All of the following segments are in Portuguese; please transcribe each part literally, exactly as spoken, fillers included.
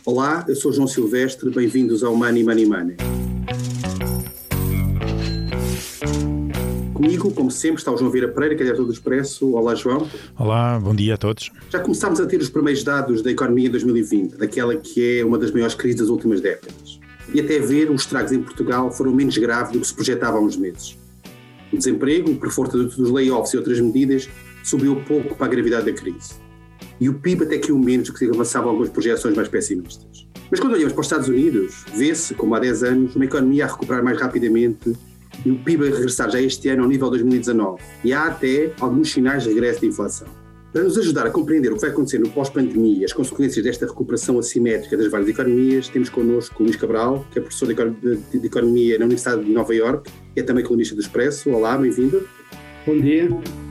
Olá, eu sou João Silvestre, bem-vindos ao Money Money Money. Comigo, como sempre, está o João Vieira Pereira, que é diretor do Expresso. Olá, João. Olá, bom dia a todos. Já começámos a ter os primeiros dados da economia em dois mil e vinte, daquela que é uma das maiores crises das últimas décadas. E até ver, os estragos em Portugal foram menos graves do que se projetava há uns meses. O desemprego, por força dos layoffs e outras medidas, subiu pouco para a gravidade da crise. E o P I B até caiu menos do que avançavam algumas projeções mais pessimistas. Mas quando olhamos para os Estados Unidos, vê-se, como há dez anos, uma economia a recuperar mais rapidamente e o P I B a regressar já este ano ao nível de dois mil e dezanove. E há até alguns sinais de regresso de inflação. Para nos ajudar a compreender o que vai acontecer no pós-pandemia e as consequências desta recuperação assimétrica das várias economias, temos connosco o Luís Cabral, que é professor de Economia na Universidade de Nova Iorque e é também colunista do Expresso. Olá, bem-vindo. Bom dia.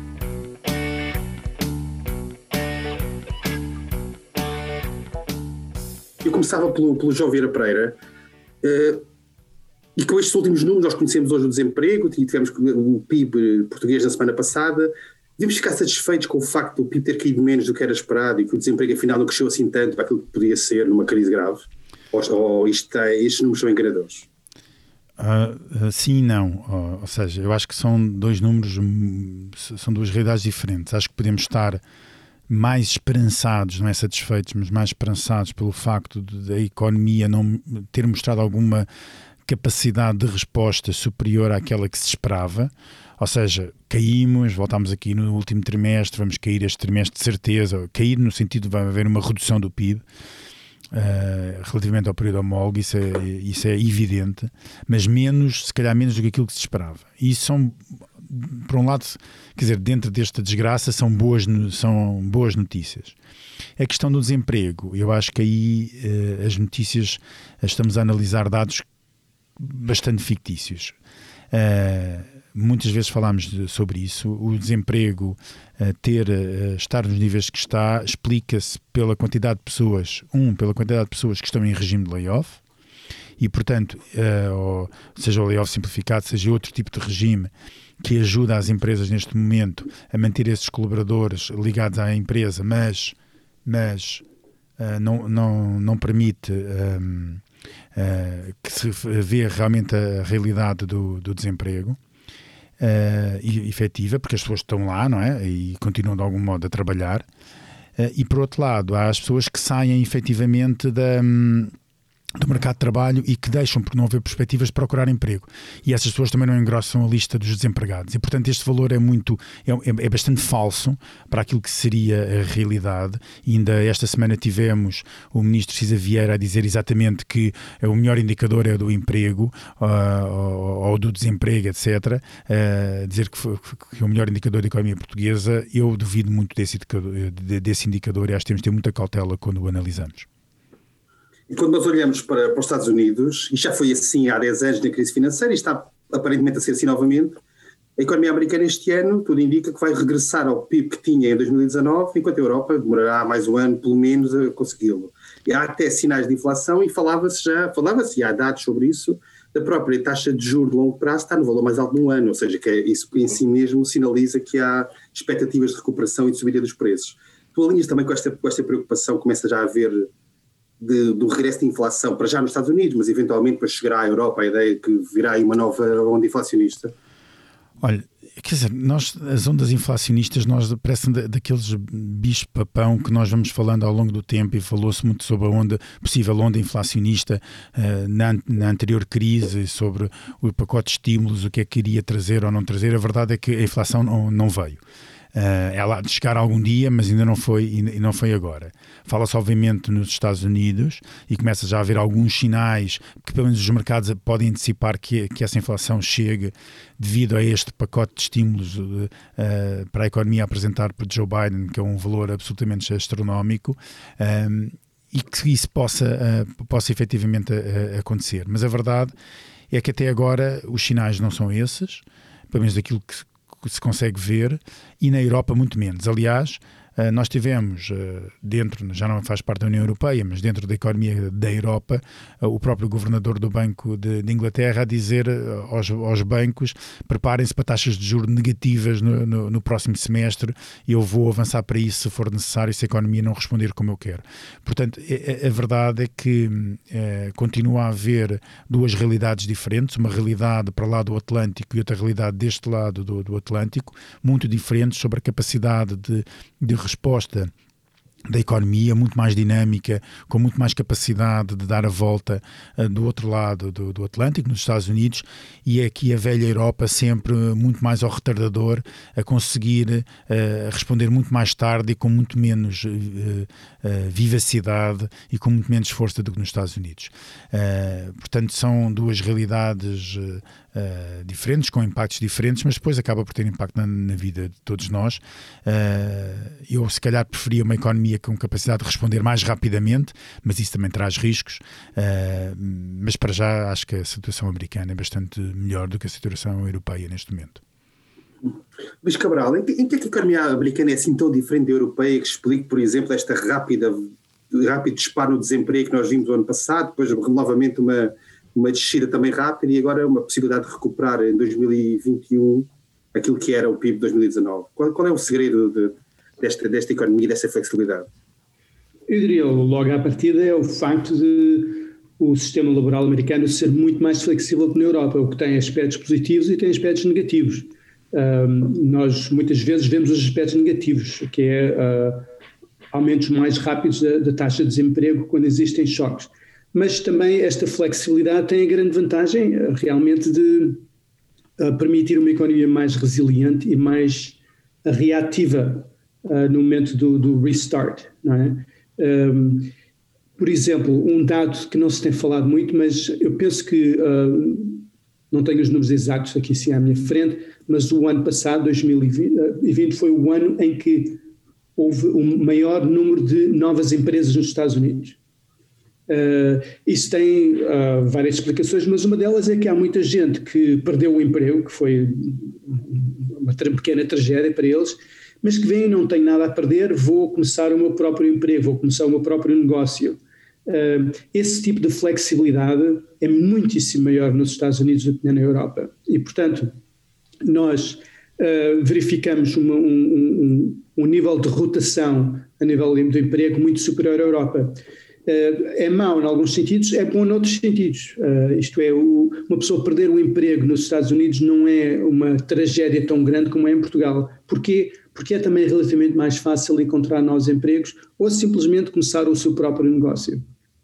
Eu começava pelo, pelo João Vieira Pereira, uh, e com estes últimos números nós conhecemos hoje o desemprego, e tivemos o P I B português na semana passada. Devemos ficar satisfeitos com o facto do P I B ter caído menos do que era esperado e que o desemprego afinal não cresceu assim tanto para aquilo que podia ser numa crise grave? Ou, ou isto é, estes números são enganadores? Uh, uh, sim e não, ou, ou seja, eu acho que são dois números, são duas realidades diferentes. Acho que podemos estar mais esperançados, não é satisfeitos, mas mais esperançados pelo facto de a economia não ter mostrado alguma capacidade de resposta superior àquela que se esperava. Ou seja, caímos, voltámos aqui no último trimestre, vamos cair este trimestre de certeza, cair no sentido de vai haver uma redução do P I B uh, relativamente ao período homólogo, isso é, isso é evidente, mas menos, se calhar menos do que aquilo que se esperava. E isso são, por um lado, quer dizer, dentro desta desgraça são boas, são boas notícias. A questão do desemprego, eu acho que aí uh, as notícias, estamos a analisar dados bastante fictícios. Uh, muitas vezes falámos de, sobre isso. O desemprego uh, ter, uh, estar nos níveis que está explica-se pela quantidade de pessoas, um, pela quantidade de pessoas que estão em regime de layoff e, portanto, uh, ou, seja o layoff simplificado, seja outro tipo de regime que ajuda as empresas neste momento a manter esses colaboradores ligados à empresa, mas, mas uh, não, não, não permite um, uh, que se vê realmente a realidade do, do desemprego. Uh, efetiva, porque as pessoas estão lá, não é? E continuam de algum modo a trabalhar. Uh, e por outro lado, há as pessoas que saem efetivamente da, um, do mercado de trabalho e que deixam, por não haver perspectivas, de procurar emprego. E essas pessoas também não engrossam a lista dos desempregados. E, portanto, este valor é muito, é, é bastante falso para aquilo que seria a realidade. E ainda esta semana tivemos o ministro Cisa Vieira a dizer exatamente que o melhor indicador é o do emprego uh, ou, ou do desemprego, etcétera. Uh, dizer que, foi, que é o melhor indicador da economia portuguesa, eu duvido muito desse indicador, desse indicador e acho que temos de ter muita cautela quando o analisamos. E quando nós olhamos para, para os Estados Unidos, e já foi assim há dez anos na crise financeira, e está aparentemente a ser assim novamente, a economia americana este ano, tudo indica que vai regressar ao P I B que tinha em dois mil e dezanove, enquanto a Europa demorará mais um ano, pelo menos, a consegui-lo. E há até sinais de inflação e falava-se já, falava-se, e há dados sobre isso, da própria taxa de juros de longo prazo está no valor mais alto de um ano, ou seja, que é, isso em si mesmo sinaliza que há expectativas de recuperação e de subida dos preços. Tu alinhas também com esta, com esta preocupação, começa já a haver De, do regresso de inflação, para já nos Estados Unidos, mas eventualmente para chegar à Europa, a ideia de que virá aí uma nova onda inflacionista? Olha, quer dizer, nós, as ondas inflacionistas, nós parecem da, daqueles bichos-papão que nós vamos falando ao longo do tempo, e falou-se muito sobre a onda, possível onda inflacionista uh, na, na anterior crise, sobre o pacote de estímulos, o que é que iria trazer ou não trazer. A verdade é que a inflação não, não veio. Uh, ela há de chegar algum dia, mas ainda não foi, e não foi agora. Fala-se obviamente nos Estados Unidos e começa já a haver alguns sinais que pelo menos os mercados podem antecipar que, que essa inflação chegue devido a este pacote de estímulos uh, para a economia apresentado por Joe Biden, que é um valor absolutamente astronómico, um, e que isso possa, uh, possa efetivamente uh, acontecer. Mas a verdade é que até agora os sinais não são esses, pelo menos daquilo que se consegue ver, e na Europa muito menos. Aliás, nós tivemos dentro, já não faz parte da União Europeia, mas dentro da economia da Europa, o próprio governador do Banco de, de Inglaterra a dizer aos, aos bancos: preparem-se para taxas de juros negativas no, no, no próximo semestre, e eu vou avançar para isso se for necessário, se a economia não responder como eu quero. Portanto, a, a verdade é que é, continua a haver duas realidades diferentes, uma realidade para lá do Atlântico e outra realidade deste lado do, do Atlântico, muito diferentes sobre a capacidade de, de resposta da economia, muito mais dinâmica, com muito mais capacidade de dar a volta uh, do outro lado do, do Atlântico, nos Estados Unidos, e é aqui a velha Europa sempre muito mais ao retardador, a conseguir uh, responder muito mais tarde e com muito menos uh, uh, vivacidade e com muito menos força do que nos Estados Unidos. Uh, portanto, são duas realidades uh, Uh, diferentes, com impactos diferentes, mas depois acaba por ter impacto na, na vida de todos nós. Uh, eu, se calhar, preferia uma economia com capacidade de responder mais rapidamente, mas isso também traz riscos. Uh, mas, para já, acho que a situação americana é bastante melhor do que a situação europeia neste momento. Luís Cabral, em que, em que a economia americana é assim tão diferente da europeia, que explique, por exemplo, esta rápida, rápido disparo no desemprego que nós vimos no ano passado, depois novamente uma uma descida também rápida e agora uma possibilidade de recuperar em dois mil e vinte e um aquilo que era o P I B de dois mil e dezanove. Qual, qual é o segredo de, desta, desta economia e dessa flexibilidade? Eu diria, logo à partida, é o facto de o sistema laboral americano ser muito mais flexível que na Europa, o que tem aspectos positivos e tem aspectos negativos. Um, nós muitas vezes vemos os aspectos negativos, que é uh, aumentos mais rápidos da, da taxa de desemprego quando existem choques. Mas também esta flexibilidade tem a grande vantagem realmente de uh, permitir uma economia mais resiliente e mais uh, reativa uh, no momento do, do restart, não é? Um, por exemplo, um dado que não se tem falado muito, mas eu penso que, uh, não tenho os números exatos aqui sim à minha frente, mas o ano passado, dois mil e vinte, foi o ano em que houve um maior número de novas empresas nos Estados Unidos. Uh, isso tem uh, várias explicações, mas uma delas é que há muita gente que perdeu o emprego, que foi uma pequena tragédia para eles, mas que vem, não tenho nada a perder, vou começar o meu próprio emprego, vou começar o meu próprio negócio. Uh, esse tipo de flexibilidade é muitíssimo maior nos Estados Unidos do que na Europa e, portanto, nós uh, verificamos uma, um, um, um nível de rotação a nível do emprego muito superior à Europa. Uh, é mau em alguns sentidos, é bom noutros sentidos. Uh, isto é, o, uma pessoa perder o emprego nos Estados Unidos não é uma tragédia tão grande como é em Portugal. Porquê? Porque é também relativamente mais fácil encontrar novos empregos ou simplesmente começar o seu próprio negócio.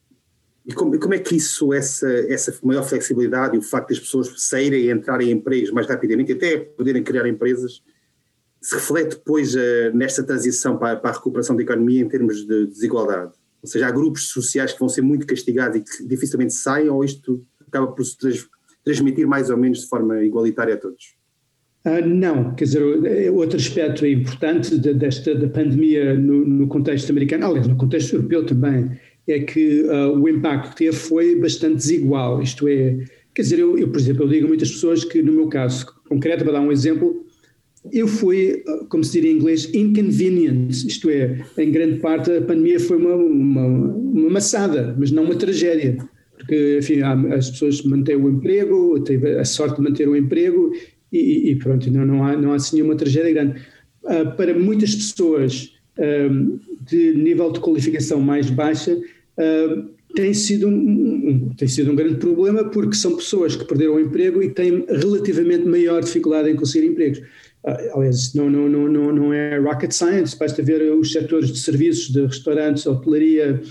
E como, como é que isso, essa, essa maior flexibilidade e o facto das pessoas saírem e entrarem em empregos mais rapidamente, até poderem criar empresas, se reflete depois uh, nesta transição para, para a recuperação da economia em termos de desigualdade? Ou seja, há grupos sociais que vão ser muito castigados e que dificilmente saem, ou isto acaba por se trans, transmitir mais ou menos de forma igualitária a todos? Ah, não, quer dizer, outro aspecto importante de, desta da pandemia no, no contexto americano, aliás, no contexto europeu também, é que uh, o impacto que teve foi bastante desigual. Isto é, quer dizer, eu, eu, por exemplo, eu digo a muitas pessoas que, no meu caso concreto, para dar um exemplo, eu fui, como se diria em inglês, inconvenient, isto é, em grande parte a pandemia foi uma, uma, uma maçada, mas não uma tragédia, porque, enfim, as pessoas mantêm o emprego, teve a sorte de manter o emprego e, e pronto, não, não, há, não há assim uma tragédia grande. Uh, para muitas pessoas um, de nível de qualificação mais baixa, uh, tem sido um, um, tem sido um grande problema, porque são pessoas que perderam o emprego e têm relativamente maior dificuldade em conseguir empregos. Uh, aliás, não, não, não, não, não é rocket science, basta ver os setores de serviços, de restaurantes, hotelaria,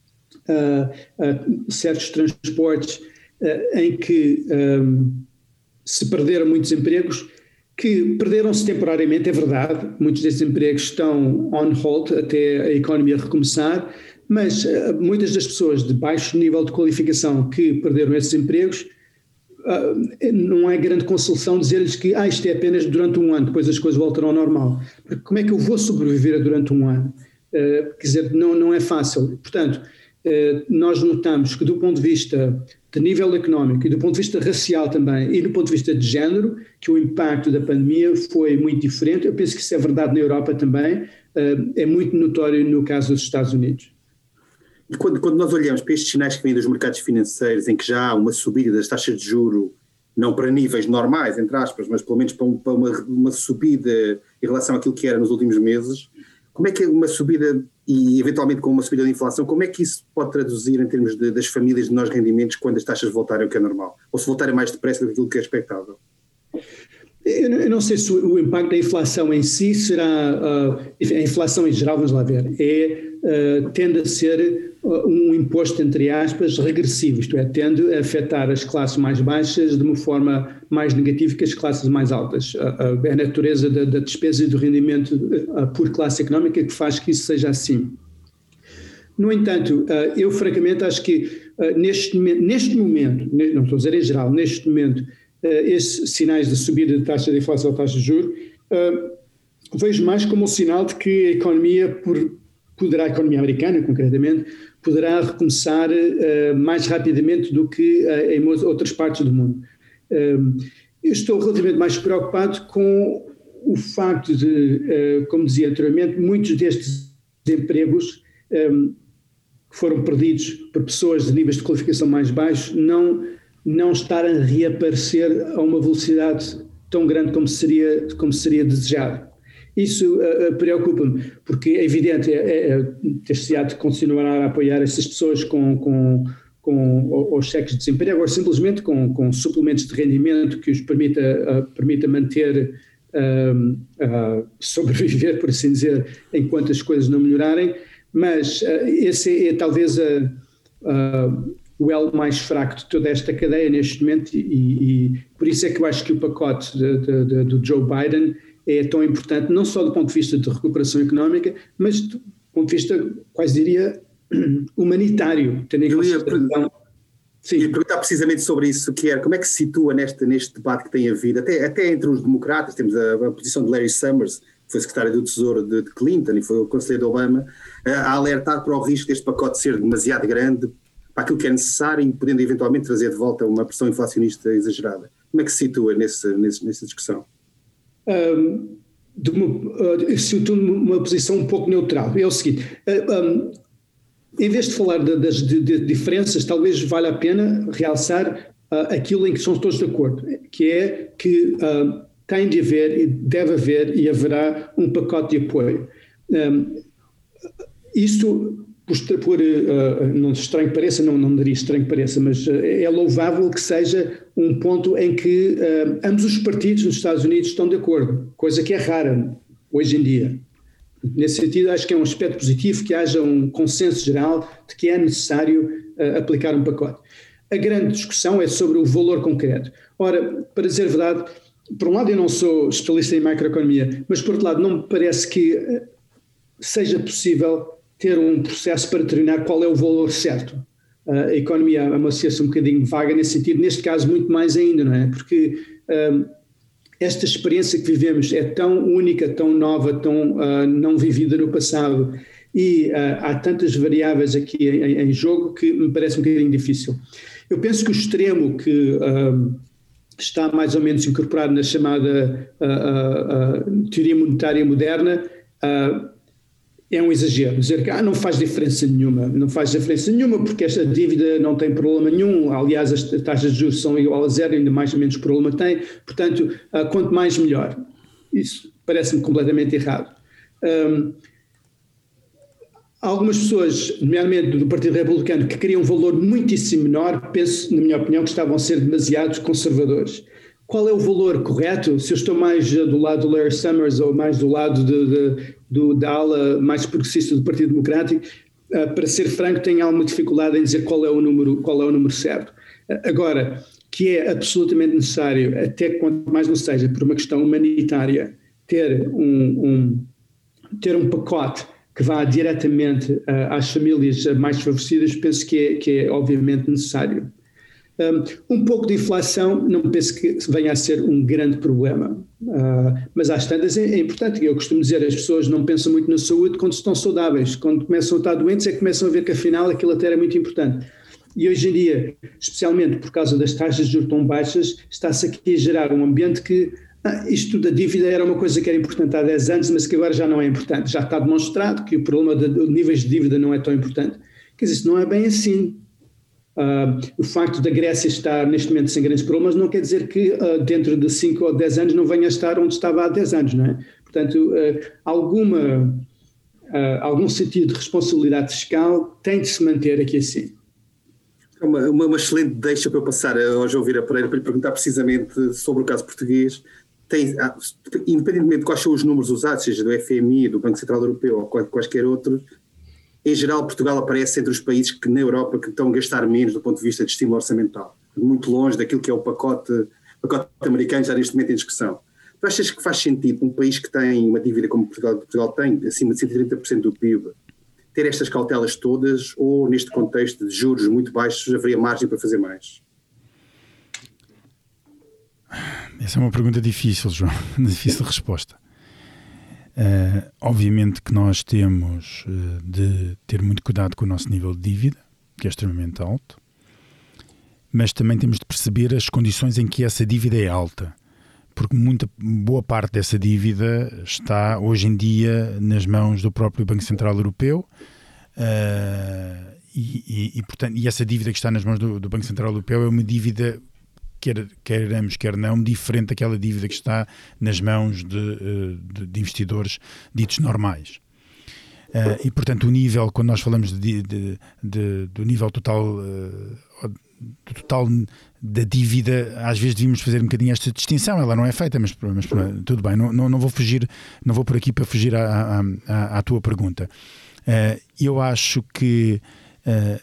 uh, uh, certos transportes, uh, em que um, se perderam muitos empregos, que perderam-se temporariamente, é verdade, muitos desses empregos estão on hold até a economia recomeçar, mas uh, muitas das pessoas de baixo nível de qualificação que perderam esses empregos, Uh, não é grande consolação dizer-lhes que ah, isto é apenas durante um ano, depois as coisas voltarão ao normal. Porque como é que eu vou sobreviver durante um ano? Uh, quer dizer, não, não é fácil. Portanto, uh, nós notamos que do ponto de vista de nível económico e do ponto de vista racial também e do ponto de vista de género, que o impacto da pandemia foi muito diferente. Eu penso que isso é verdade na Europa também. é muito notório no caso dos Estados Unidos. E quando, quando nós olhamos para estes sinais que vêm dos mercados financeiros, em que já há uma subida das taxas de juros, não para níveis normais, entre aspas, mas pelo menos para, um, para uma, uma subida em relação àquilo que era nos últimos meses, como é que uma subida, e eventualmente com uma subida da inflação, como é que isso pode traduzir em termos de, das famílias de menores rendimentos quando as taxas voltarem ao que é normal? Ou se voltarem mais depressa do que aquilo que é expectável? Eu não sei se o impacto da inflação em si será, uh, a inflação em geral, vamos lá ver, é, uh, tende a ser uh, um imposto, entre aspas, regressivo, isto é, tende a afetar as classes mais baixas de uma forma mais negativa que as classes mais altas. Uh, uh, é a natureza da, da despesa e do rendimento uh, por classe económica que faz que isso seja assim. No entanto, uh, eu francamente acho que uh, neste, neste momento, não estou a dizer em geral, neste momento, Uh, esses sinais de subida de taxa de inflação ou taxa de juros, uh, vejo mais como um sinal de que a economia, por, poderá, a economia americana concretamente, poderá recomeçar uh, mais rapidamente do que uh, em outras partes do mundo. Uh, eu estou relativamente mais preocupado com o facto de, uh, como dizia anteriormente, muitos destes empregos um, que foram perdidos por pessoas de níveis de qualificação mais baixos não não estar a reaparecer a uma velocidade tão grande como seria, como seria desejado. Isso uh, preocupa-me, porque é evidente, é, é, ter-se-á de continuar a apoiar essas pessoas com, com, com os cheques de desemprego, ou simplesmente com, com suplementos de rendimento que os permita, uh, permita manter, uh, uh, sobreviver, por assim dizer, enquanto as coisas não melhorarem, mas uh, esse é, é talvez a... Uh, o elo mais fraco de toda esta cadeia neste momento e, e por isso é que eu acho que o pacote de, de, de, do Joe Biden é tão importante, não só do ponto de vista de recuperação económica, mas do ponto de vista, quase diria, humanitário. Tendo em eu ia, consideração... Sim. ia perguntar precisamente sobre isso, que era como é que se situa neste, neste debate que tem havido, até, até entre os democratas, temos a, a posição de Larry Summers, que foi secretário do Tesouro de, de Clinton e foi o conselheiro de Obama, a, a alertar para o risco deste pacote ser demasiado grande para aquilo que é necessário e podendo eventualmente trazer de volta uma pressão inflacionista exagerada. Como é que se situa nesse, nesse, nessa discussão? Um, de uma, uh, situa numa posição um pouco neutral. É o seguinte, uh, um, em vez de falar de, das de, de diferenças, talvez valha a pena realçar uh, aquilo em que somos todos de acordo, que é que uh, tem de haver, e deve haver e haverá um pacote de apoio. Um, isto... Por, por uh, não estranho que pareça, não, não diria estranho que pareça, mas uh, é louvável que seja um ponto em que uh, ambos os partidos nos Estados Unidos estão de acordo, coisa que é rara hoje em dia. Nesse sentido, acho que é um aspecto positivo que haja um consenso geral de que é necessário uh, aplicar um pacote. A grande discussão é sobre o valor concreto. Ora, para dizer a verdade, por um lado eu não sou especialista em macroeconomia, mas por outro lado não me parece que uh, seja possível ter um processo para determinar qual é o valor certo. Uh, a economia é uma ciência um bocadinho vaga nesse sentido, neste caso muito mais ainda, não é? Porque um, esta experiência que vivemos é tão única, tão nova, tão uh, não vivida no passado e uh, há tantas variáveis aqui em, em jogo que me parece um bocadinho difícil. Eu penso que o extremo que um, está mais ou menos incorporado na chamada uh, uh, uh, teoria monetária moderna uh, é um exagero, dizer que ah, não faz diferença nenhuma, não faz diferença nenhuma porque esta dívida não tem problema nenhum, aliás as taxas de juros são igual a zero, ainda mais ou menos problema tem, portanto, uh, quanto mais melhor. Isso parece-me completamente errado. Um, algumas pessoas, nomeadamente do Partido Republicano, que queriam um valor muitíssimo menor, penso, na minha opinião, que estavam a ser demasiados conservadores. Qual é o valor correto? Se eu estou mais do lado do Larry Summers ou mais do lado de, de, do, da ala mais progressista do Partido Democrático, uh, para ser franco, tenho alguma dificuldade em dizer qual é o número, qual é o número certo. Uh, agora, que é absolutamente necessário, até quanto mais não seja, por uma questão humanitária, ter um, um, ter um pacote que vá diretamente uh, às famílias mais favorecidas, penso que é, que é obviamente necessário. Um, um pouco de inflação não penso que venha a ser um grande problema, uh, mas às tantas é, é importante. Eu costumo dizer, as pessoas não pensam muito na saúde quando estão saudáveis, quando começam a estar doentes é que começam a ver que afinal aquilo até era muito importante. E hoje em dia, especialmente por causa das taxas de juros tão baixas, está-se aqui a gerar um ambiente que Ah, isto da dívida era uma coisa que era importante há dez anos, mas que agora já não é importante. Já está demonstrado que o problema de, de níveis de dívida não é tão importante. Quer dizer, isso não é bem assim. Uh, o facto da Grécia estar neste momento sem grandes problemas não quer dizer que uh, dentro de cinco ou dez anos não venha a estar onde estava há dez anos, não é? Portanto, uh, alguma, uh, algum sentido de responsabilidade fiscal tem de se manter aqui assim. Uma, uma, uma excelente deixa para eu passar ao João Vieira Pereira para lhe perguntar precisamente sobre o caso português. Tem, independentemente de quais são os números usados, seja do F M I, do Banco Central Europeu ou quaisquer outros, em geral Portugal aparece entre os países que na Europa que estão a gastar menos do ponto de vista de estímulo orçamental, muito longe daquilo que é o pacote, pacote americano já neste momento em discussão. Tu achas que faz sentido um país que tem uma dívida como Portugal, Portugal tem, acima de cento e trinta por cento do P I B, ter estas cautelas todas, ou neste contexto de juros muito baixos haveria margem para fazer mais? Essa é uma pergunta difícil, João, difícil de resposta. Uh, obviamente que nós temos uh, de ter muito cuidado com o nosso nível de dívida, que é extremamente alto, mas também temos de perceber as condições em que essa dívida é alta, porque muita, boa parte dessa dívida está hoje em dia nas mãos do próprio Banco Central Europeu, uh, e, e, e, portanto, e essa dívida que está nas mãos do, do Banco Central Europeu é uma dívida, quer queiramos, quer não, diferente daquela dívida que está nas mãos de, de, de investidores ditos normais. Uh, e, portanto, o nível, quando nós falamos de, de, de, do nível total, uh, do total da dívida, às vezes devíamos fazer um bocadinho esta distinção. Ela não é feita, mas, mas tudo bem, não, não, não vou fugir, não vou por aqui para fugir à, à, à tua pergunta. Uh, eu acho que uh,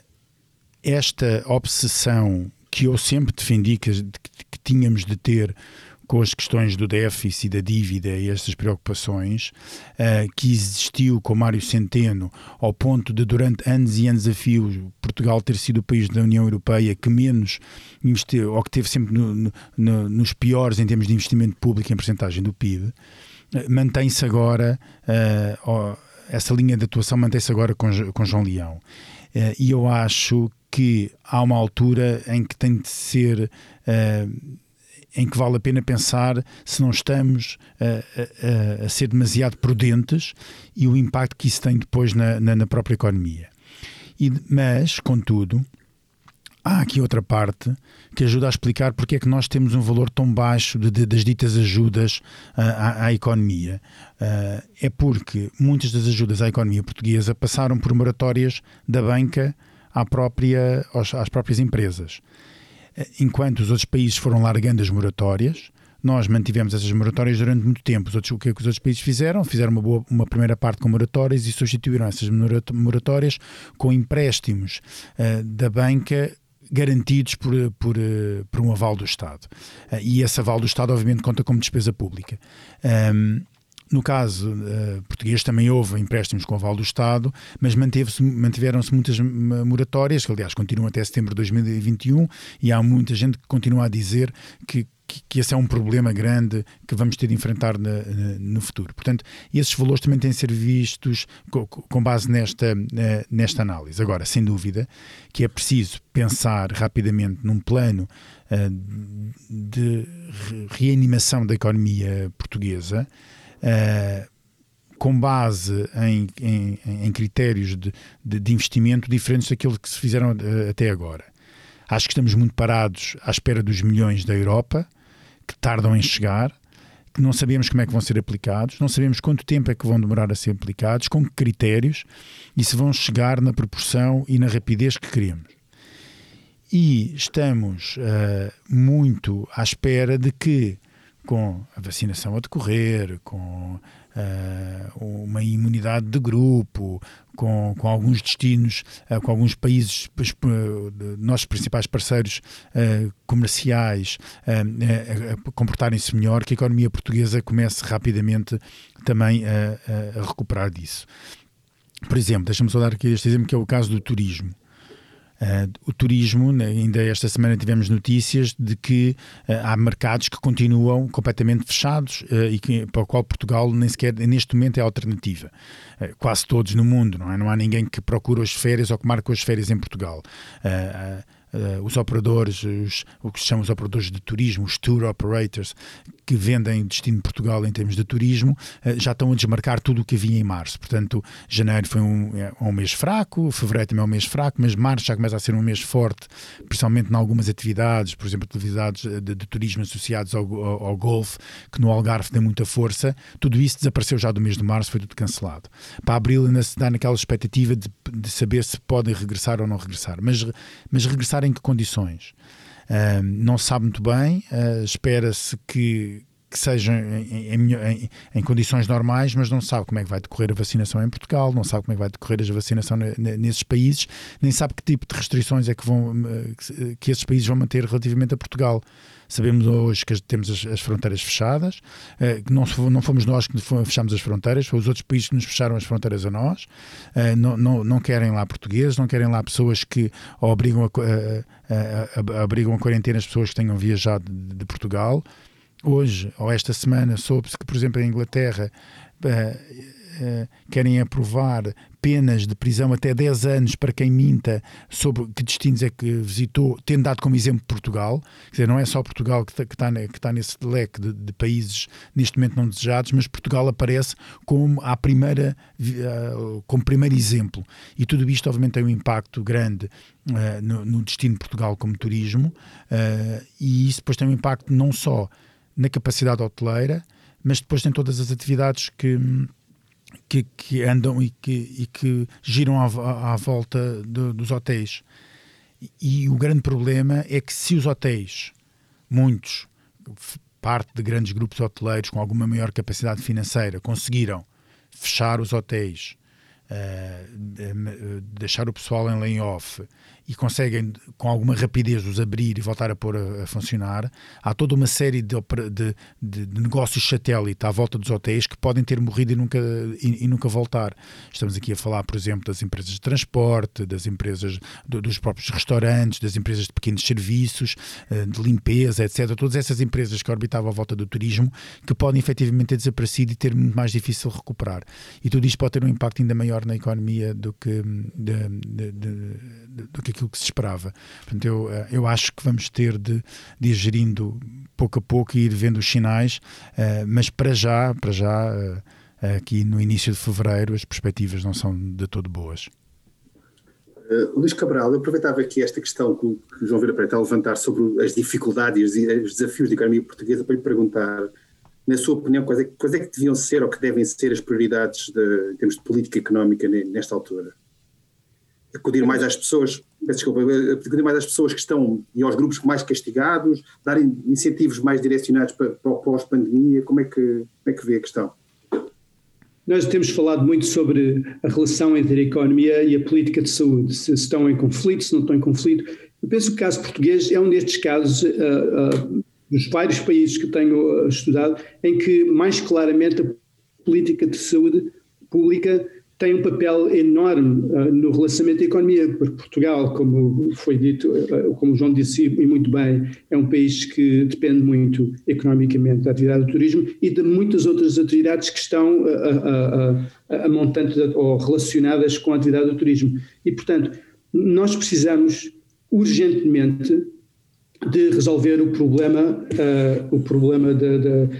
esta obsessão que eu sempre defendi que, que tínhamos de ter com as questões do déficit e da dívida e estas preocupações, uh, que existiu com Mário Centeno, ao ponto de durante anos e anos a fio Portugal ter sido o país da União Europeia que menos investiu, ou que teve sempre no, no, nos piores em termos de investimento público em percentagem do P I B, uh, mantém-se agora, uh, essa linha de atuação mantém-se agora com, com João Leão. Uh, e eu acho que há uma altura em que tem de ser, uh, em que vale a pena pensar se não estamos uh, uh, a ser demasiado prudentes e o impacto que isso tem depois na, na, na própria economia. E, mas, contudo, há aqui outra parte que ajuda a explicar porque é que nós temos um valor tão baixo de, de, das ditas ajudas uh, à, à economia. Uh, é porque muitas das ajudas à economia portuguesa passaram por moratórias da banca à própria, às próprias empresas. Enquanto os outros países foram largando as moratórias, nós mantivemos essas moratórias durante muito tempo. Os outros, o que é que os outros países fizeram? Fizeram uma, boa, uma primeira parte com moratórias e substituíram essas moratórias com empréstimos uh, da banca garantidos por, por, uh, por um aval do Estado. Uh, e esse aval do Estado, obviamente, conta como despesa pública. Um, No caso uh, português também houve empréstimos com aval do Estado, mas mantiveram-se muitas moratórias, que aliás continuam até setembro de dois mil e vinte e um, e há muita gente que continua a dizer que, que, que esse é um problema grande que vamos ter de enfrentar na, na, no futuro. Portanto, esses valores também têm de ser vistos com, com base nesta, nesta análise. Agora, sem dúvida, que é preciso pensar rapidamente num plano uh, de reanimação da economia portuguesa, Uh, com base em, em, em critérios de, de, de investimento diferentes daquilo que se fizeram uh, até agora. Acho que estamos muito parados à espera dos milhões da Europa, que tardam em chegar, que não sabemos como é que vão ser aplicados, não sabemos quanto tempo é que vão demorar a ser aplicados, com que critérios, e se vão chegar na proporção e na rapidez que queremos. E estamos uh, muito à espera de que, com a vacinação a decorrer, com uh, uma imunidade de grupo, com, com alguns destinos, uh, com alguns países, uh, nossos principais parceiros uh, comerciais, uh, uh, comportarem-se melhor, que a economia portuguesa comece rapidamente também a, a, a recuperar disso. Por exemplo, deixa-me só dar aqui este exemplo, que é o caso do turismo. Uh, o turismo, ainda esta semana tivemos notícias de que uh, há mercados que continuam completamente fechados uh, e que, para o qual Portugal nem sequer neste momento é alternativa. Uh, quase todos no mundo, não é? Não há ninguém que procure as férias ou que marque as férias em Portugal. Uh, uh, uh, os operadores, os, o que se chama os operadores de turismo, os tour operators, que vendem destino de Portugal em termos de turismo, uh, já estão a desmarcar tudo o que havia em março. Portanto, janeiro foi um, é, um mês fraco, fevereiro também é um mês fraco, mas março já começa a ser um mês forte, principalmente em algumas atividades, por exemplo, atividades de, de turismo associados ao, ao, ao golfe, que no Algarve tem muita força. Tudo isso desapareceu já do mês de março, foi tudo cancelado. Para abril ainda se dá naquela expectativa de, de saber se podem regressar ou não regressar. Mas, mas regressar em que condições? Uh, não se sabe muito bem, uh, espera-se que, que sejam em, em, em, em condições normais, mas não se sabe como é que vai decorrer a vacinação em Portugal, não sabe como é que vai decorrer a vacinação nesses países, nem sabe que tipo de restrições é que, vão, que, que esses países vão manter relativamente a Portugal. Sabemos hoje que temos as, as fronteiras fechadas, uh, que não, não fomos nós que fechamos as fronteiras, foram os outros países que nos fecharam as fronteiras a nós. Uh, não, não, não querem lá portugueses, não querem lá pessoas que obrigam a, a, a, a, obrigam a quarentena as pessoas que tenham viajado de, de Portugal. Hoje, ou esta semana, soube-se que, por exemplo, em Inglaterra uh, uh, querem aprovar penas de prisão até dez anos para quem minta sobre que destinos é que visitou, tendo dado como exemplo Portugal. Quer dizer, não é só Portugal que está, que está, que está nesse leque de, de países neste momento não desejados, mas Portugal aparece como, a primeira, uh, como primeiro exemplo. E tudo isto, obviamente, tem um impacto grande uh, no, no destino de Portugal como turismo, uh, e isso depois tem um impacto não só na capacidade hoteleira, mas depois tem todas as atividades que Que, que andam e que, e que giram à, à volta de, dos hotéis. E, e o grande problema é que se os hotéis, muitos, parte de grandes grupos hoteleiros com alguma maior capacidade financeira, conseguiram fechar os hotéis, uh, deixar o pessoal em lay-off e conseguem com alguma rapidez os abrir e voltar a pôr a, a funcionar, há toda uma série de, de, de, de negócios satélite à volta dos hotéis que podem ter morrido e nunca, e, e nunca voltar. Estamos aqui a falar, por exemplo, das empresas de transporte, das empresas do, dos próprios restaurantes, das empresas de pequenos serviços, de limpeza, etcétera. Todas essas empresas que orbitavam à volta do turismo que podem efetivamente ter desaparecido e ter muito mais difícil recuperar. E tudo isto pode ter um impacto ainda maior na economia do que, de, de, de, de, do que aquilo que se esperava. Portanto, eu, eu acho que vamos ter de, de ir gerindo pouco a pouco e ir vendo os sinais, uh, mas para já, para já uh, aqui no início de fevereiro, as perspectivas não são de todo boas. Uh, Luís Cabral, eu aproveitava aqui esta questão que o João Vieira Pereira está a levantar sobre as dificuldades e os desafios da economia portuguesa para lhe perguntar, na sua opinião, quais é, quais é que deviam ser ou que devem ser as prioridades de, em termos de política económica nesta altura? Acudir mais às pessoas, peço desculpa, acudir mais às pessoas que estão e aos grupos mais castigados, dar incentivos mais direcionados para, para o pós-pandemia, como é, que, como é que vê a questão? Nós temos falado muito sobre a relação entre a economia e a política de saúde, se estão em conflito, se não estão em conflito. Eu penso que o caso português é um destes casos, uh, uh, dos vários países que tenho estudado, em que mais claramente a política de saúde pública tem um papel enorme uh, no relacionamento da economia, porque Portugal, como foi dito, uh, como o João disse e muito bem, é um país que depende muito economicamente da atividade do turismo e de muitas outras atividades que estão uh, uh, uh, a montante ou relacionadas com a atividade do turismo. E, portanto, nós precisamos urgentemente de resolver o problema, uh, o problema da...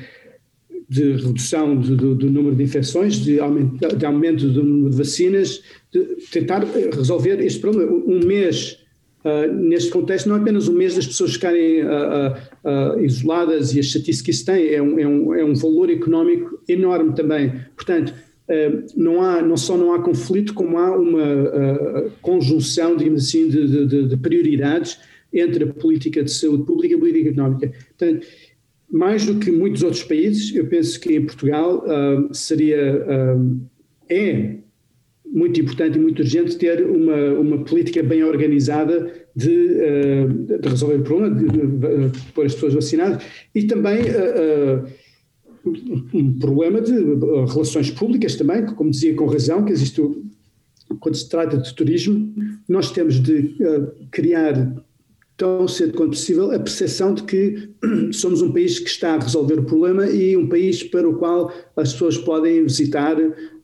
de redução do, do, do número de infecções, de aumento, de aumento do número de vacinas, de tentar resolver este problema. Um mês, uh, neste contexto, não é apenas um mês das pessoas ficarem uh, uh, uh, isoladas e a chatice que isso tem, é um, é, um, é um valor económico enorme também. Portanto, uh, não, há, não só não há conflito, como há uma uh, conjunção, digamos assim, de, de, de prioridades entre a política de saúde pública e a política económica. Portanto, mais do que muitos outros países, eu penso que em Portugal uh, seria, uh, é muito importante e muito urgente ter uma, uma política bem organizada de, uh, de resolver o problema, de, de, de, de pôr as pessoas vacinadas e também uh, uh, um problema de uh, relações públicas também, que, como dizia com razão, que existe, quando se trata de turismo, nós temos de uh, criar tão cedo quanto possível a percepção de que somos um país que está a resolver o problema e um país para o qual as pessoas podem visitar uh,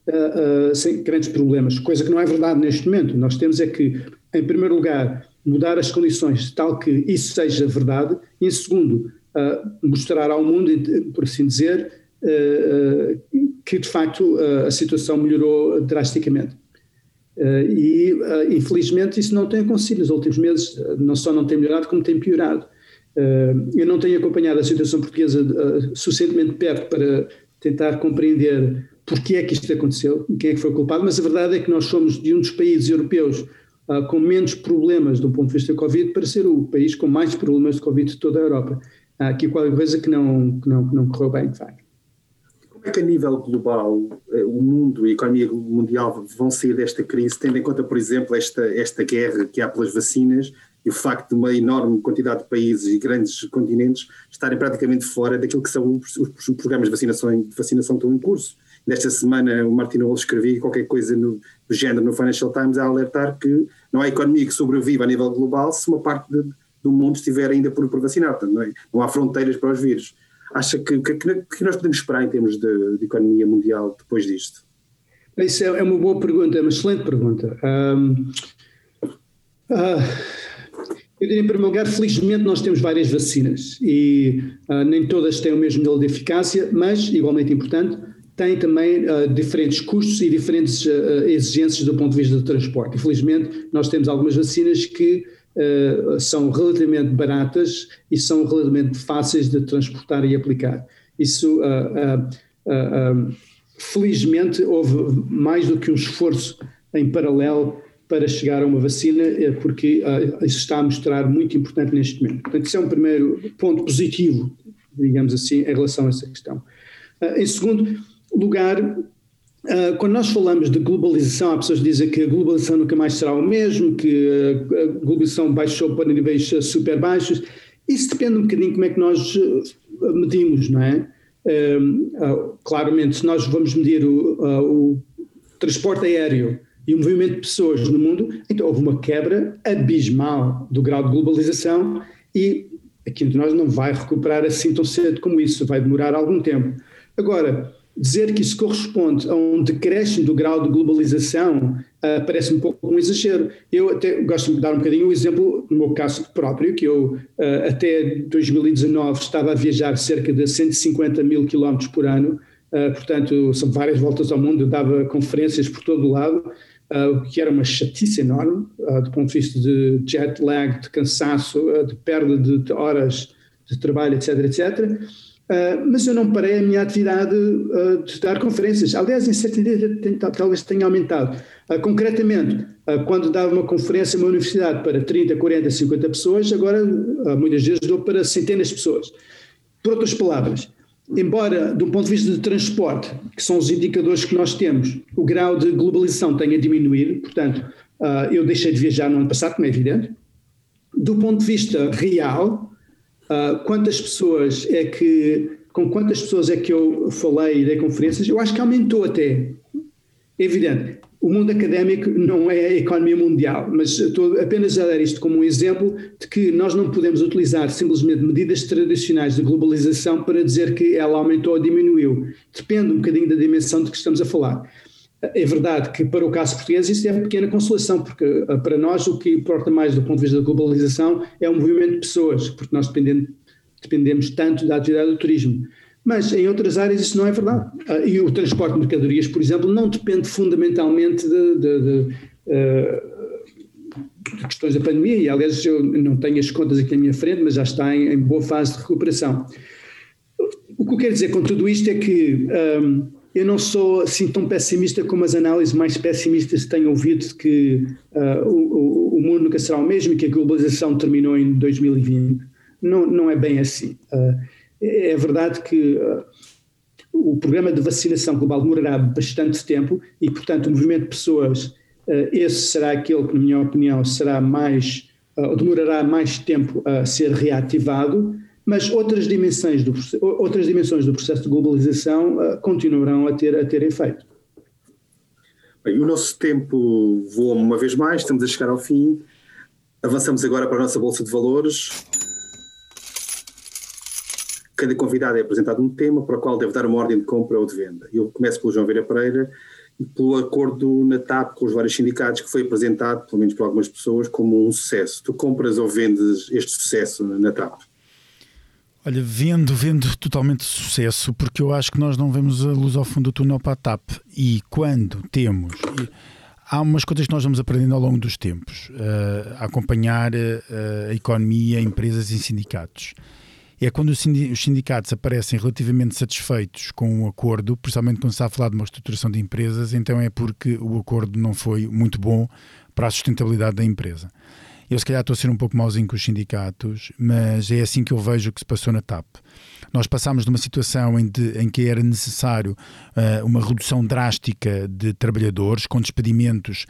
uh, uh, sem grandes problemas, coisa que não é verdade neste momento. Nós temos é que, em primeiro lugar, mudar as condições de tal que isso seja verdade, e em segundo, uh, mostrar ao mundo, por assim dizer, uh, uh, que de facto uh, a situação melhorou drasticamente. Uh, e uh, infelizmente isso não tem acontecido nos últimos meses, uh, não só não tem melhorado como tem piorado. Uh, eu não tenho acompanhado a situação portuguesa uh, suficientemente perto para tentar compreender porque é que isto aconteceu, quem é que foi o culpado, mas a verdade é que nós somos de um dos países europeus uh, com menos problemas do ponto de vista da Covid para ser o país com mais problemas de Covid de toda a Europa. Há aqui qualquer coisa que não, que não, que não correu bem, de facto. Como é que a nível global o mundo e a economia mundial vão sair desta crise, tendo em conta, por exemplo, esta, esta guerra que há pelas vacinas e o facto de uma enorme quantidade de países e grandes continentes estarem praticamente fora daquilo que são os, os programas de vacinação, de vacinação que estão em curso? Nesta semana o Martin Wolf escrevia qualquer coisa no, do género no Financial Times a alertar que não há economia que sobreviva a nível global se uma parte de, do mundo estiver ainda por, por vacinar. Portanto, não, é? Não há fronteiras para os vírus. Acha que, que, que nós podemos esperar em termos de, de economia mundial depois disto? Isso é uma boa pergunta, é uma excelente pergunta. Um, uh, eu diria, em primeiro lugar, felizmente nós temos várias vacinas e uh, nem todas têm o mesmo nível de eficácia, mas, igualmente importante, têm também uh, diferentes custos e diferentes uh, exigências do ponto de vista do transporte. Infelizmente, nós temos algumas vacinas que Uh, são relativamente baratas e são relativamente fáceis de transportar e aplicar. Isso, uh, uh, uh, uh, felizmente, houve mais do que um esforço em paralelo para chegar a uma vacina, uh, porque uh, isso está a mostrar muito importante neste momento. Portanto, isso é um primeiro ponto positivo, digamos assim, em relação a essa questão. Uh, em segundo lugar, Uh, quando nós falamos de globalização, há pessoas que dizem que a globalização nunca mais será o mesmo, que a globalização baixou para níveis super baixos. Isso depende um bocadinho de como é que nós uh, medimos, não é? Uh, uh, claramente, se nós vamos medir o, uh, o transporte aéreo e o movimento de pessoas no mundo, então houve uma quebra abismal do grau de globalização e aqui entre nós não vai recuperar assim tão cedo como isso, vai demorar algum tempo. Agora, dizer que isso corresponde a um decréscimo do grau de globalização uh, parece um pouco um exagero. Eu até gosto de dar um bocadinho um exemplo, no meu caso próprio, que eu uh, até dois mil e dezanove estava a viajar cerca de cento e cinquenta mil quilómetros por ano, uh, portanto são várias voltas ao mundo, eu dava conferências por todo o lado, uh, o que era uma chatice enorme, uh, do ponto de vista de jet lag, de cansaço, uh, de perda de, de horas de trabalho, etc, etcétera. Uh, mas eu não parei a minha atividade uh, de dar conferências. Aliás, em certa medida talvez tenha aumentado. Uh, concretamente, uh, quando dava uma conferência numa universidade para trinta, quarenta, cinquenta pessoas, agora uh, muitas vezes dou para centenas de pessoas. Por outras palavras, embora do ponto de vista de transporte, que são os indicadores que nós temos, o grau de globalização tenha diminuído, portanto, uh, eu deixei de viajar no ano passado, como é evidente, do ponto de vista real, Uh, quantas pessoas é que, com quantas pessoas é que eu falei e dei conferências, eu acho que aumentou até. É evidente, o mundo académico não é a economia mundial, mas estou apenas a dar isto como um exemplo de que nós não podemos utilizar simplesmente medidas tradicionais de globalização para dizer que ela aumentou ou diminuiu. Depende um bocadinho da dimensão de que estamos a falar. É verdade que para o caso português isso é uma pequena consolação, porque para nós o que importa mais do ponto de vista da globalização é o movimento de pessoas, porque nós dependemos, dependemos tanto da atividade do turismo. Mas em outras áreas isso não é verdade. E o transporte de mercadorias, por exemplo, não depende fundamentalmente de, de, de, de questões da pandemia, e aliás eu não tenho as contas aqui à minha frente, mas já está em, em boa fase de recuperação. O que eu quero dizer com tudo isto é que um, eu não sou assim tão pessimista como as análises mais pessimistas que tenho ouvido de que uh, o, o mundo nunca será o mesmo e que a globalização terminou em dois mil e vinte. Não, não é bem assim. Uh, é verdade que uh, o programa de vacinação global demorará bastante tempo e, portanto, o movimento de pessoas, uh, esse será aquele que, na minha opinião, será mais, uh, demorará mais tempo a ser reativado. Mas outras dimensões do, outras dimensões do processo de globalização uh, continuarão a ter, a ter efeito. Bem, o nosso tempo voa uma vez mais, estamos a chegar ao fim. Avançamos agora para a nossa Bolsa de Valores. Cada convidado é apresentado um tema para o qual deve dar uma ordem de compra ou de venda. Eu começo pelo João Vieira Pereira pelo acordo na T A P com os vários sindicatos, que foi apresentado, pelo menos por algumas pessoas, como um sucesso. Tu compras ou vendes este sucesso na T A P? Olha, vendo, vendo totalmente sucesso, porque eu acho que nós não vemos a luz ao fundo do túnel para a T A P. E quando temos... Há umas coisas que nós vamos aprendendo ao longo dos tempos, uh, a acompanhar uh, a economia, empresas e sindicatos. É quando os sindicatos aparecem relativamente satisfeitos com o acordo, principalmente quando se está a falar de uma estruturação de empresas, então é porque o acordo não foi muito bom para a sustentabilidade da empresa. Eu se calhar estou a ser um pouco mauzinho com os sindicatos, mas é assim que eu vejo o que se passou na T A P. Nós passámos de uma situação em, de, em que era necessário uh, uma redução drástica de trabalhadores, com despedimentos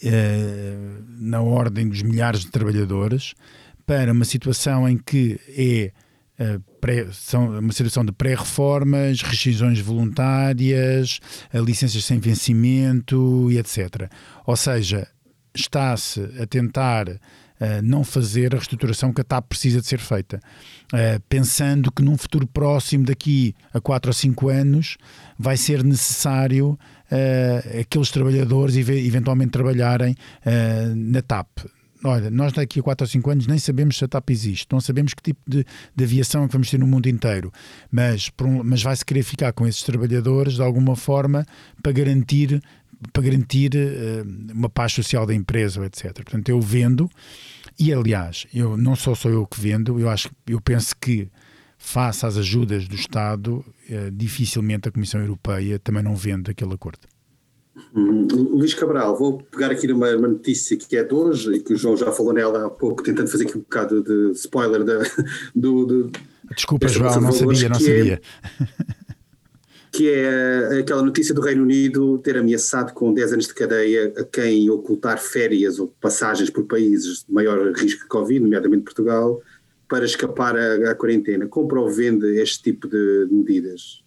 uh, na ordem dos milhares de trabalhadores, para uma situação em que é uh, pré, são uma situação de pré-reformas, rescisões voluntárias, uh, licenças sem vencimento e etcétera. Ou seja, está-se a tentar uh, não fazer a reestruturação que a T A P precisa de ser feita, uh, pensando que num futuro próximo, daqui a quatro ou cinco anos, vai ser necessário uh, aqueles trabalhadores eventualmente trabalharem uh, na T A P. Olha, nós daqui a quatro ou cinco anos nem sabemos se a T A P existe, não sabemos que tipo de, de aviação é que vamos ter no mundo inteiro, mas, um, mas vai-se querer ficar com esses trabalhadores de alguma forma para garantir para garantir uh, uma paz social da empresa, etcétera. Portanto, eu vendo, e aliás, eu, não só sou eu que vendo, eu, acho, eu penso que, face às ajudas do Estado, uh, dificilmente a Comissão Europeia também não vende aquele acordo. Hum, Luís Cabral, vou pegar aqui numa, uma notícia que é de hoje, e que o João já falou nela há pouco, tentando fazer aqui um bocado de spoiler da, do, do... Desculpa, João, não sabia, não sabia. É... que é aquela notícia do Reino Unido ter ameaçado com dez anos de cadeia a quem ocultar férias ou passagens por países de maior risco de Covid, nomeadamente Portugal, para escapar à, à quarentena. Compra ou vende este tipo de medidas?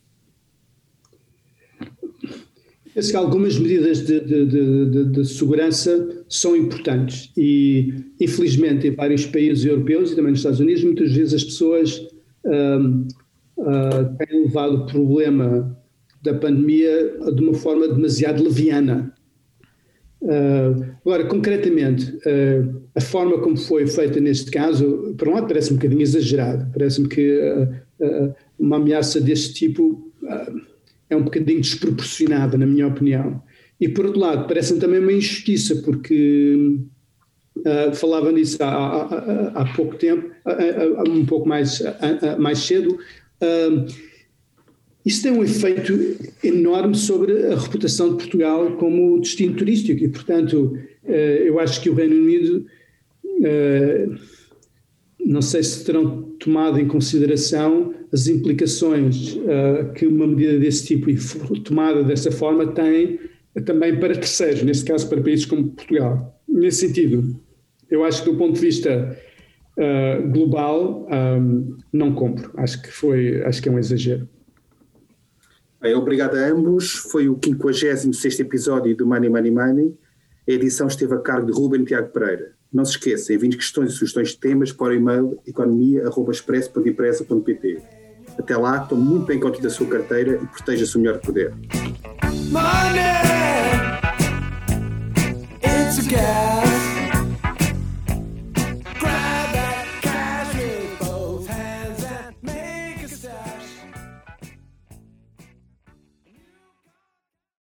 Penso que algumas medidas de, de, de, de, de segurança são importantes e, infelizmente, em vários países europeus e também nos Estados Unidos, muitas vezes as pessoas... Um, Uh, tem levado o problema da pandemia de uma forma demasiado leviana. Uh, agora, concretamente, uh, a forma como foi feita neste caso, por um lado parece um bocadinho exagerado, parece-me que uh, uh, uma ameaça deste tipo uh, é um bocadinho desproporcionada, na minha opinião. E por outro lado, parece-me também uma injustiça, porque uh, falava nisso há, há, há pouco tempo, uh, uh, um pouco mais, uh, uh, mais cedo. Uh, isso tem um efeito enorme sobre a reputação de Portugal como destino turístico e, portanto, uh, eu acho que o Reino Unido, uh, não sei se terão tomado em consideração as implicações uh, que uma medida desse tipo e tomada dessa forma tem também para terceiros, neste caso para países como Portugal. Nesse sentido, eu acho que do ponto de vista Uh, global, um, não compro. Acho que foi, acho que é um exagero. Bem, obrigado a ambos. Foi o quinquagésimo sexto episódio do Money Money Money. A edição esteve a cargo de Ruben Tiago Pereira. Não se esqueça, enviem questões e sugestões de temas para o e-mail economia arroba expresso ponto empresa ponto pt. Até lá, tome muito bem conta da sua carteira e proteja-se o melhor que puder. Money!